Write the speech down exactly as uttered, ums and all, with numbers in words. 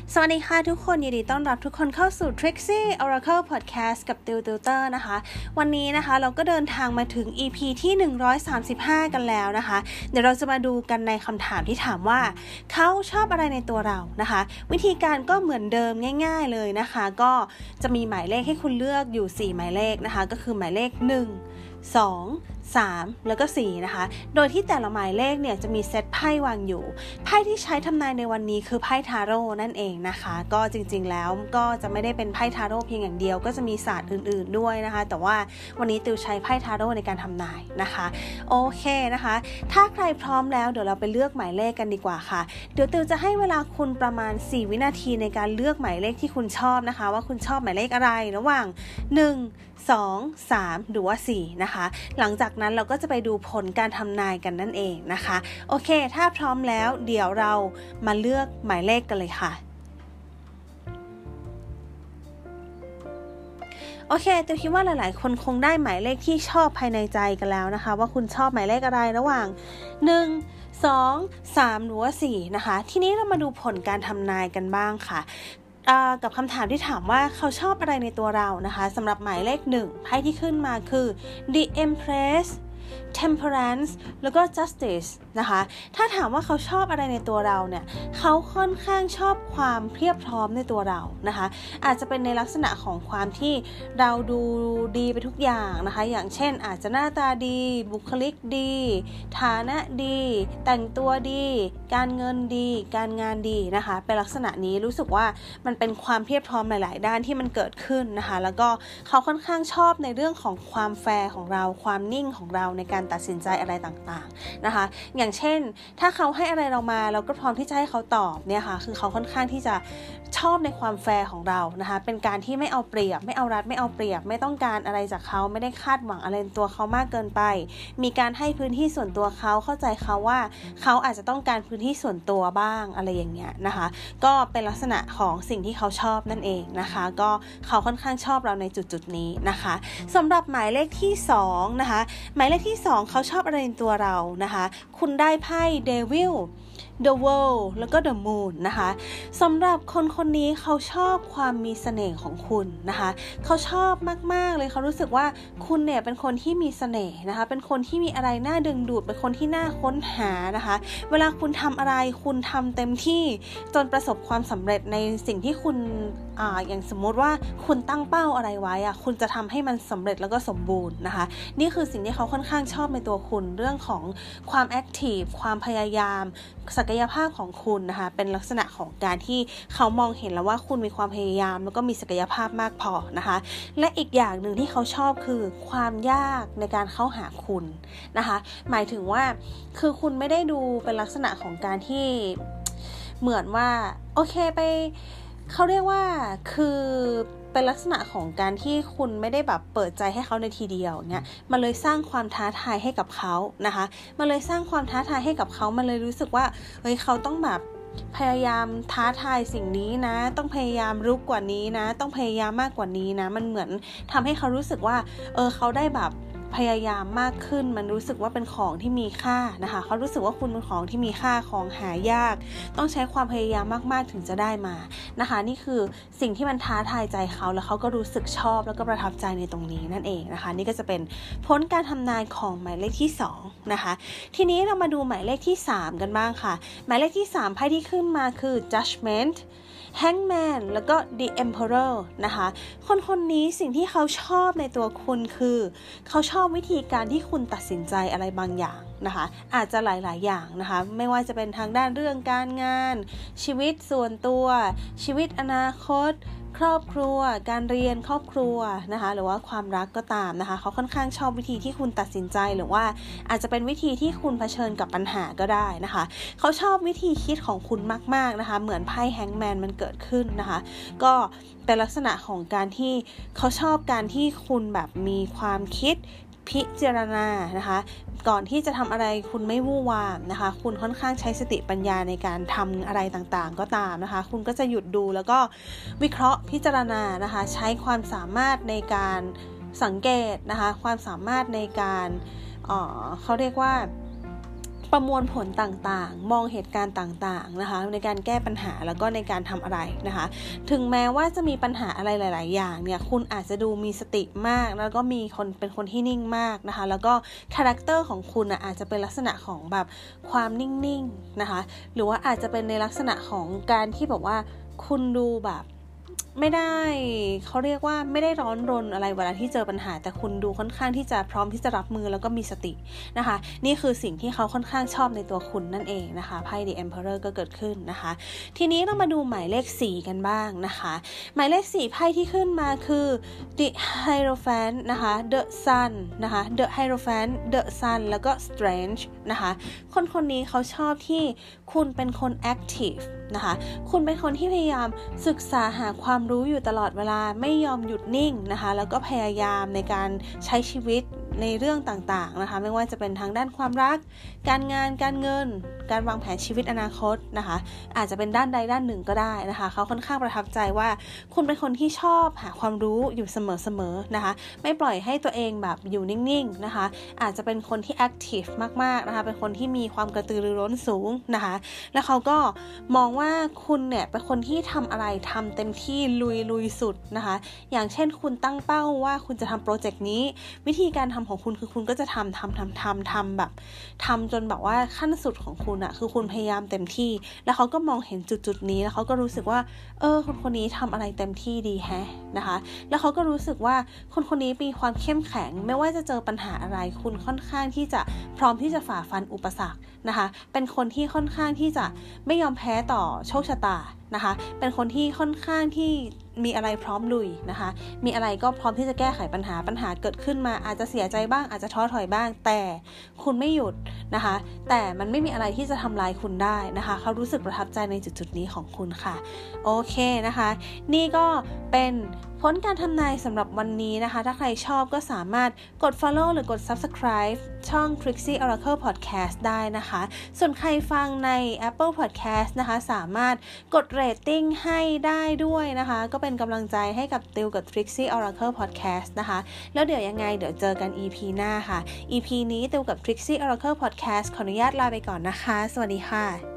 สวัสดีค่ะทุกคนยินดีต้อนรับทุกคนเข้าสู่ Trixie Oracle Podcast กับติวติวเตอร์นะคะวันนี้นะคะเราก็เดินทางมาถึง อี พี ที่หนึ่งร้อยสามสิบห้ากันแล้วนะคะเดี๋ยวเราจะมาดูกันในคำถามที่ถามว่าเขาชอบอะไรในตัวเรานะคะวิธีการก็เหมือนเดิมง่ายๆเลยนะคะก็จะมีหมายเลขให้คุณเลือกอยู่สี่หมายเลขนะคะก็คือหมายเลขหนึ่ง สอง สามแล้วก็สี่นะคะโดยที่แต่ละหมายเลขเนี่ยจะมีเซตไพ่วางอยู่ไพ่ที่ใช้ทำนายในวันนี้คือไพ่ทาโร่นั่นเองนะคะก็จริงๆแล้วก็จะไม่ได้เป็นไพ่ทาโร่เพียงอย่างเดียวก็จะมีศาสตร์อื่นๆด้วยนะคะแต่ว่าวันนี้ติวใช้ไพ่ทาโร่ในการทำนายนะคะโอเคนะคะถ้าใครพร้อมแล้วเดี๋ยวเราไปเลือกหมายเลขกันดีกว่าค่ะเดี๋ยวติวจะให้เวลาคุณประมาณสี่วินาทีในการเลือกหมายเลขที่คุณชอบนะคะว่าคุณชอบหมายเลขอะไรระหว่างหนึ่ง สอง สามหรือว่าสี่นะคะหลังจากนั้นเราก็จะไปดูผลการทำนายกันนั่นเองนะคะโอเคถ้าพร้อมแล้วเดี๋ยวเรามาเลือกหมายเลขกันเลยค่ะโอเคติวคิดว่าหลายๆคนคงได้หมายเลขที่ชอบภายในใจกันแล้วนะคะว่าคุณชอบหมายเลขอะไรระหว่างหนึ่ง สอง สามหรือว่าสี่นะคะทีนี้เรามาดูผลการทำนายกันบ้างค่ะกับคำถามที่ถามว่าเขาชอบอะไรในตัวเรานะคะสำหรับหมายเลขหนึ่งไพ่ที่ขึ้นมาคือ The Empress Temperance แล้วก็ Justice นะคะถ้าถามว่าเขาชอบอะไรในตัวเราเนี่ยเขาค่อนข้างชอบความเพียบพร้อมในตัวเรานะคะอาจจะเป็นในลักษณะของความที่เราดูดีไปทุกอย่างนะคะอย่างเช่นอาจจะหน้าตาดีบุคลิกดีฐานะดีแต่งตัวดีการเงินดีการงานดีนะคะเป็นลักษณะนี้รู้สึกว่ามันเป็นความเพียบพร้อมหลายๆด้านที่มันเกิดขึ้นนะคะแล้วก็เขาค่อนข้างชอบในเรื่องของความแฟร์ของเราความนิ่งของเราในการตัดสินใจอะไรต่างๆนะคะอย่างเช่นถ้าเขาให้อะไรเรามาเราก็พร้อมที่จะให้เขาตอบเนี่ยค่ะคือเขาค่อนข้างที่จะชอบในความแฟร์ของเรานะคะเป็นการที่ไม่เอาเปรียบไม่เอารัดไม่เอาเปรียบไม่ต้องการอะไรจากเขาไม่ได้คาดหวังอะไรในตัวเขามากเกินไปมีการให้พื้นที่ส่วนตัวเขาเข้าใจเขาว่าเขาอาจจะต้องการพื้นที่ส่วนตัวบ้างอะไรอย่างเงี้ยนะคะก็เป็นลักษณะของสิ่งที่เขาชอบนั่นเองนะคะก็เขาค่อนข้างชอบเราในจุดๆนี้นะคะสำหรับหมายเลขที่สองนะคะหมายเลขที่สองเขาชอบอะไรในตัวเรานะคะคุณได้ไพ่ Devil The World แล้วก็ The Moon นะคะสำหรับคนคนนี้เขาชอบความมีเสน่ห์ของคุณนะคะเขาชอบมากๆเลยเขารู้สึกว่าคุณเนี่ยเป็นคนที่มีเสน่ห์นะคะเป็นคนที่มีอะไรน่าดึงดูดเป็นคนที่น่าค้นหานะคะเวลาคุณทำอะไรคุณทำเต็มที่จนประสบความสำเร็จในสิ่งที่คุณอ่าอย่างสมมติว่าคุณตั้งเป้าอะไรไว้อะคุณจะทำให้มันสำเร็จแล้วก็สมบูรณ์นะคะนี่คือสิ่งที่เขาค่อนข้างชอบในตัวคุณเรื่องของความแอคทีฟความพยายามศักยภาพของคุณนะคะเป็นลักษณะของการที่เขามองเห็นแล้วว่าคุณมีความพยายามแล้วก็มีศักยภาพมากพอนะคะและอีกอย่างหนึ่งที่เขาชอบคือความยากในการเข้าหาคุณนะคะหมายถึงว่าคือคุณไม่ได้ดูเป็นลักษณะของการที่เหมือนว่าโอเคไปเขาเรียกว่าคือเป็นลักษณะของการที่คุณไม่ได้แบบเปิดใจให้เขาในทีเดียวเนี่ยมันเลยสร้างความท้าทายให้กับเขานะคะมันเลยสร้างความท้าทายให้กับเขามันเลยรู้สึกว่าเฮ้ยเขาต้องแบบพยายามท้าทายสิ่งนี้นะต้องพยายามรู้กว่านี้นะต้องพยายามมากกว่านี้นะมันเหมือนทำให้เขารู้สึกว่าเออเขาได้แบบพยายามมากขึ้นมันรู้สึกว่าเป็นของที่มีค่านะคะเขารู้สึกว่าคุณเป็นของที่มีค่าของหายากต้องใช้ความพยายามมากๆถึงจะได้มานะคะนี่คือสิ่งที่มันท้าทายใจเขาแล้วเขาก็รู้สึกชอบแล้วก็ประทับใจในตรงนี้นั่นเองนะคะนี่ก็จะเป็นผลการทำนายของหมายเลขที่สองนะคะทีนี้เรามาดูหมายเลขที่สามกันบ้างค่ะหมายเลขที่สามไพ่ที่ขึ้นมาคือ Judgment Hangman แล้วก็ The Emperor นะคะคนคนนี้สิ่งที่เขาชอบในตัวคุณคือเขาชอบวิธีการที่คุณตัดสินใจอะไรบางอย่างนะคะอาจจะหลายๆอย่างนะคะไม่ว่าจะเป็นทางด้านเรื่องการงานชีวิตส่วนตัวชีวิตอนาคตครอบครัวการเรียนครอบครัวนะคะหรือว่าความรักก็ตามนะคะเขาค่อนข้างชอบวิธีที่คุณตัดสินใจหรือว่าอาจจะเป็นวิธีที่คุณเผชิญกับปัญหาก็ได้นะคะเขาชอบวิธีคิดของคุณมากๆนะคะเหมือนไพ่แฮงแมนมันเกิดขึ้นนะคะก็เป็นลักษณะของการที่เขาชอบการที่คุณแบบมีความคิดพิจารณานะคะก่อนที่จะทำอะไรคุณไม่วู่วามนะคะคุณค่อนข้างใช้สติปัญญาในการทำอะไรต่างๆก็ตามนะคะคุณก็จะหยุดดูแล้วก็วิเคราะห์พิจารณานะคะใช้ความสามารถในการสังเกตนะคะความสามารถในการเอ่อเขาเรียกว่าประมวลผลต่างๆมองเหตุการณ์ต่างๆนะคะในการแก้ปัญหาแล้วก็ในการทำอะไรนะคะถึงแม้ว่าจะมีปัญหาอะไรหลายๆอย่างเนี่ยคุณอาจจะดูมีสติมากแล้วก็มีคนเป็นคนที่นิ่งมากนะคะแล้วก็คาแรคเตอร์ของคุณอาจจะเป็นลักษณะของแบบความนิ่งๆนะคะหรือว่าอาจจะเป็นในลักษณะของการที่แบบว่าคุณดูแบบไม่ได้เขาเรียกว่าไม่ได้ร้อนรนอะไรเวลาที่เจอปัญหาแต่คุณดูค่อนข้างที่จะพร้อมที่จะรับมือแล้วก็มีสตินะคะนี่คือสิ่งที่เขาค่อนข้างชอบในตัวคุณนั่นเองนะคะไพ่ The Emperor ก็เกิดขึ้นนะคะทีนี้เรามาดูหมายเลขสี่กันบ้างนะคะหมายเลขสี่ไพ่ที่ขึ้นมาคือ The Hierophant นะคะ The Sun นะคะ The Hierophant The Sun แล้วก็ Strange นะคะคนคนนี้เขาชอบที่คุณเป็นคน active นะคะคุณเป็นคนที่พยายามศึกษาหาความรู้อยู่ตลอดเวลาไม่ยอมหยุดนิ่งนะคะแล้วก็พยายามในการใช้ชีวิตในเรื่องต่างๆนะคะไม่ว่าจะเป็นทางด้านความรักการงานการเงินการวางแผนชีวิตอนาคตนะคะอาจจะเป็นด้านใดด้านหนึ่งก็ได้นะคะเขาค่อนข้างประทับใจว่าคุณเป็นคนที่ชอบหาความรู้อยู่เสมอๆนะคะไม่ปล่อยให้ตัวเองแบบอยู่นิ่งๆนะคะอาจจะเป็นคนที่แอคทีฟมากๆนะคะเป็นคนที่มีความกระตือรือร้นสูงนะคะแล้วเขาก็มองว่าคุณเนี่ยเป็นคนที่ทำอะไรทำเต็มที่ลุยลุยสุดนะคะอย่างเช่นคุณตั้งเป้าว่าคุณจะทำโปรเจกต์นี้วิธีการทำของคุณคือคุณก็จะทำทำทำทำทำแบบทำจนแบบว่าขั้นสุดของคุณอะคือคุณพยายามเต็มที่แล้วเขาก็มองเห็นจุดๆนี้แล้วเขาก็รู้สึกว่าเออคนคนนี้ทำอะไรเต็มที่ดีแฮะนะคะแล้วเขาก็รู้สึกว่าคนคนนี้มีความเข้มแข็งไม่ว่าจะเจอปัญหาอะไรคุณค่อนข้างที่จะพร้อมที่จะฝ่าฟันอุปสรรคนะคะเป็นคนที่ค่อนข้างที่จะไม่ยอมแพ้ต่อโชคชะตานะคะเป็นคนที่ค่อนข้างที่มีอะไรพร้อมลุยนะคะมีอะไรก็พร้อมที่จะแก้ไขปัญหาปัญหาเกิดขึ้นมาอาจจะเสียใจบ้างอาจจะท้อถอยบ้างแต่คุณไม่หยุดนะคะแต่มันไม่มีอะไรที่จะทำลายคุณได้นะคะเขารู้สึกประทับใจในจุดๆนี้ของคุณค่ะโอเคนะคะนี่ก็เป็นผลการทำนายสำหรับวันนี้นะคะถ้าใครชอบก็สามารถกด follow หรือกด subscribe ช่อง Trixie Oracle Podcast ได้นะคะส่วนใครฟังใน Apple Podcast นะคะสามารถกด rating ให้ได้ด้วยนะคะก็เป็นกำลังใจให้กับติวกับ Trixie Oracle Podcast นะคะแล้วเดี๋ยวยังไงเดี๋ยวเจอกัน อี พี หน้าค่ะ อี พี นี้ติวกับ Trixie Oracle Podcast ขออนุญาตลาไปก่อนนะคะสวัสดีค่ะ